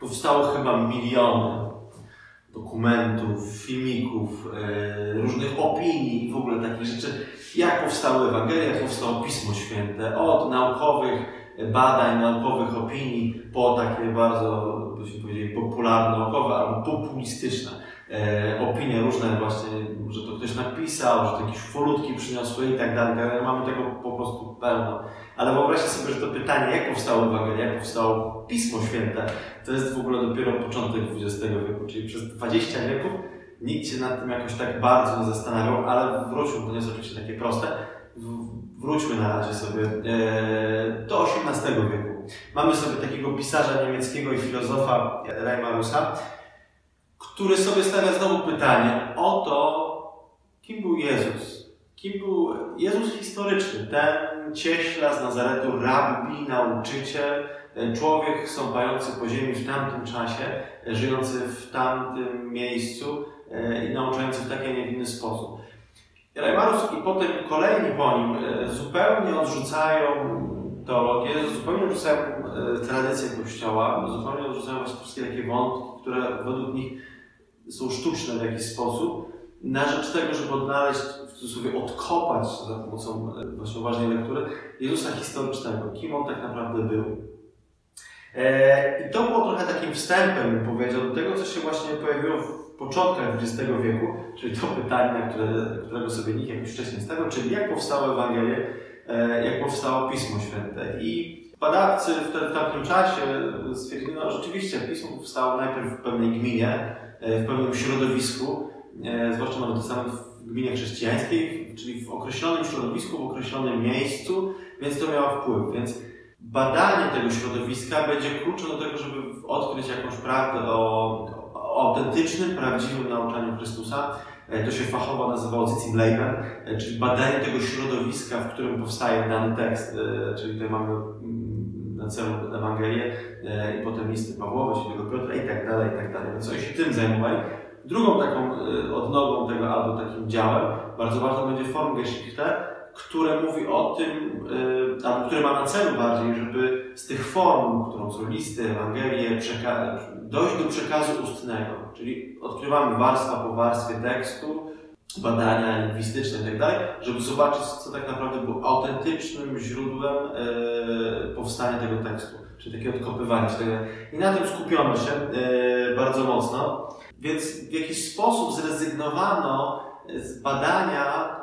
powstało chyba miliony dokumentów, filmików, różnych opinii i w ogóle takich rzeczy. Jak powstały Ewangelie, jak powstało Pismo Święte, od naukowych badań, naukowych opinii, po takie bardzo, byśmy powiedzieli, popularne, naukowe albo populistyczne opinie różne właśnie, że to ktoś napisał, że to jakieś folutki przyniosły i tak dalej. Mamy tego po prostu pełno. Ale wyobraźcie sobie, że to pytanie, jak powstało Ewangelia, jak powstało Pismo Święte, to jest w ogóle dopiero początek XX wieku, czyli przez 20 wieków nikt się nad tym jakoś tak bardzo nie zastanawiał, ale wróćmy, to nie jest oczywiście takie proste, wróćmy na razie sobie do XVIII wieku. Mamy sobie takiego pisarza niemieckiego i filozofa Reimarusa, który sobie stawia znowu pytanie o to, kim był Jezus. Kim był Jezus historyczny, ten cieśla z Nazaretu, rabbi, nauczyciel, człowiek stąpający po ziemi w tamtym czasie, żyjący w tamtym miejscu i nauczający w taki, a nie inny sposób. Reimarus i potem kolejni po nim zupełnie odrzucają teologię, zupełnie odrzucają tradycję Kościoła, zupełnie odrzucają właśnie wszystkie takie wątki, które według nich są sztuczne w jakiś sposób, na rzecz tego, żeby odnaleźć, w cudzysłowie odkopać za pomocą właśnie uważnej lektury Jezusa historycznego, kim on tak naprawdę był. I to było trochę takim wstępem, bym powiedział, do tego, co się właśnie pojawiło w początkach XX wieku, czyli to pytanie, którego sobie nikt jakoś wcześniej stawiał, czyli jak powstały Ewangelie, jak powstało Pismo Święte. I badawcy w tamtym czasie stwierdzili, no rzeczywiście Pismo powstało najpierw w pewnej gminie, w pewnym środowisku, zwłaszcza Nowy Testament w gminie chrześcijańskiej, czyli w określonym środowisku, w określonym miejscu, więc to miało wpływ. Więc badanie tego środowiska będzie kluczem do tego, żeby odkryć jakąś prawdę o autentycznym, prawdziwym nauczaniu Chrystusa. To się fachowo nazywało Sitzenleben, czyli badanie tego środowiska, w którym powstaje dany tekst. Czyli tutaj mamy na celu Ewangelię i potem listy Pawłowe, Świętego Piotra i tak dalej, i tak dalej. Więc oni się tym zajmowali. Drugą taką odnogą tego albo takim działem bardzo ważną będzie Formgeschichte, które mówi o tym, albo które ma na celu bardziej, żeby z tych form, którą są listy, Ewangelie, dojść do przekazu ustnego. Czyli odkrywamy warstwa po warstwie tekstu, badania lingwistyczne i tak dalej, żeby zobaczyć, co tak naprawdę było autentycznym źródłem powstania tego tekstu. Czyli takie odkopywanie tego. I na tym skupiono się bardzo mocno. Więc w jakiś sposób zrezygnowano z badania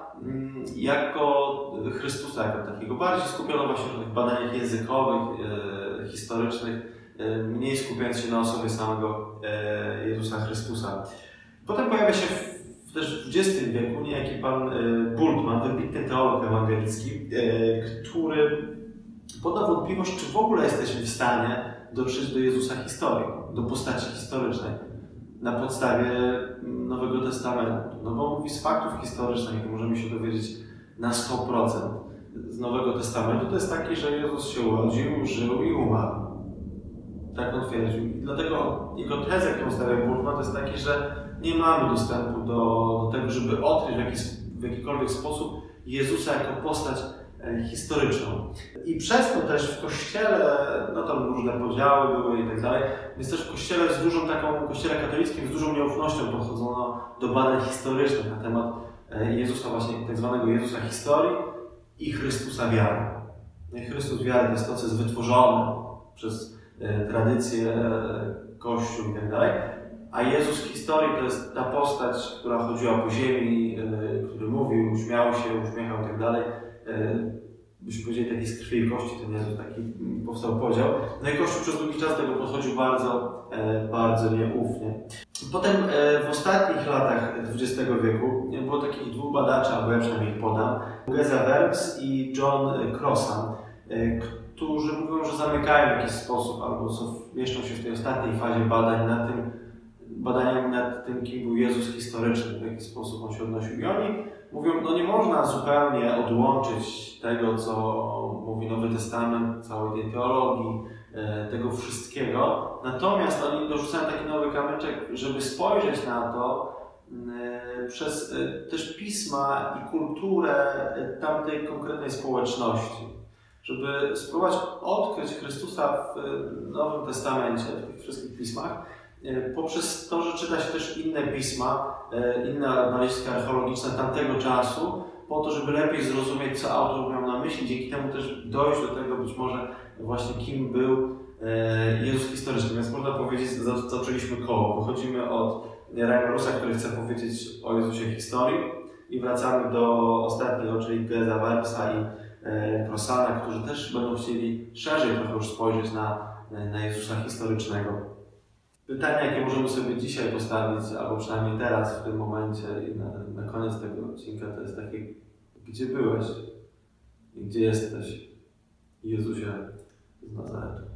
jako Chrystusa, jako takiego. Bardziej skupiono właśnie na tych badaniach językowych, historycznych, mniej skupiając się na osobie samego Jezusa Chrystusa. Potem pojawia się też w XX wieku niejaki pan Bultmann, wybitny teolog ewangelicki, który poda wątpliwość, czy w ogóle jesteśmy w stanie dotrzeć do Jezusa historii, do postaci historycznej na podstawie Nowego Testamentu. No bo mówi, z faktów historycznych możemy się dowiedzieć na 100% z Nowego Testamentu. To jest taki, że Jezus się urodził, żył i umarł. Tak on twierdził. I dlatego jego teza, którą stawia Bultmann, to jest taki, że nie mamy dostępu do tego, żeby odkryć w jakikolwiek sposób Jezusa jako postać historyczną. I przez to też w Kościele, no tam różne podziały były i tak dalej, więc też w Kościele Kościele katolickim z dużą nieufnością podchodzono do badań historycznych na temat Jezusa, właśnie tak zwanego Jezusa historii i Chrystusa wiary. No i Chrystus wiary to jest to, co jest wytworzone przez tradycję, Kościół i tak dalej, a Jezus historii to jest ta postać, która chodziła po ziemi, który mówił, śmiał się, uśmiechał i tak dalej. Byśmy powiedzieli, taki z krwi i kości, to nie jest taki powstał podział. No i Kościół przez długi czas do tego podchodził bardzo nieufnie. Potem w ostatnich latach XX wieku było takich dwóch badaczy, albo ja przynajmniej ich podam, Geza Verbs i John Crossan, którzy mówią, że zamykają w jakiś sposób, albo mieszczą się w tej ostatniej fazie badań nad tym, kim był Jezus historyczny, w jaki sposób on się odnosił. I oni mówią, no nie można zupełnie odłączyć tego, co mówi Nowy Testament, całej tej teologii, tego wszystkiego. Natomiast oni dorzucają taki nowy kamyczek, żeby spojrzeć na to przez też pisma i kulturę tamtej konkretnej społeczności. żeby spróbować odkryć Chrystusa w Nowym Testamencie, w tych wszystkich pismach, poprzez to, że czyta się też inne pisma, inne analizy archeologiczne tamtego czasu, po to, żeby lepiej zrozumieć, co autor miał na myśli, dzięki temu też dojść do tego być może właśnie, kim był Jezus historyczny. Więc można powiedzieć, zaczęliśmy koło. Wychodzimy od Reimarusa, który chce powiedzieć o Jezusie historii i wracamy do ostatniego, czyli Geza Werpsa i Crosana, którzy też będą chcieli szerzej trochę już spojrzeć na Jezusa historycznego. Pytanie, jakie możemy sobie dzisiaj postawić, albo przynajmniej teraz, w tym momencie i na koniec tego odcinka, to jest takie, gdzie byłeś i gdzie jesteś, Jezusie z Nazaretu?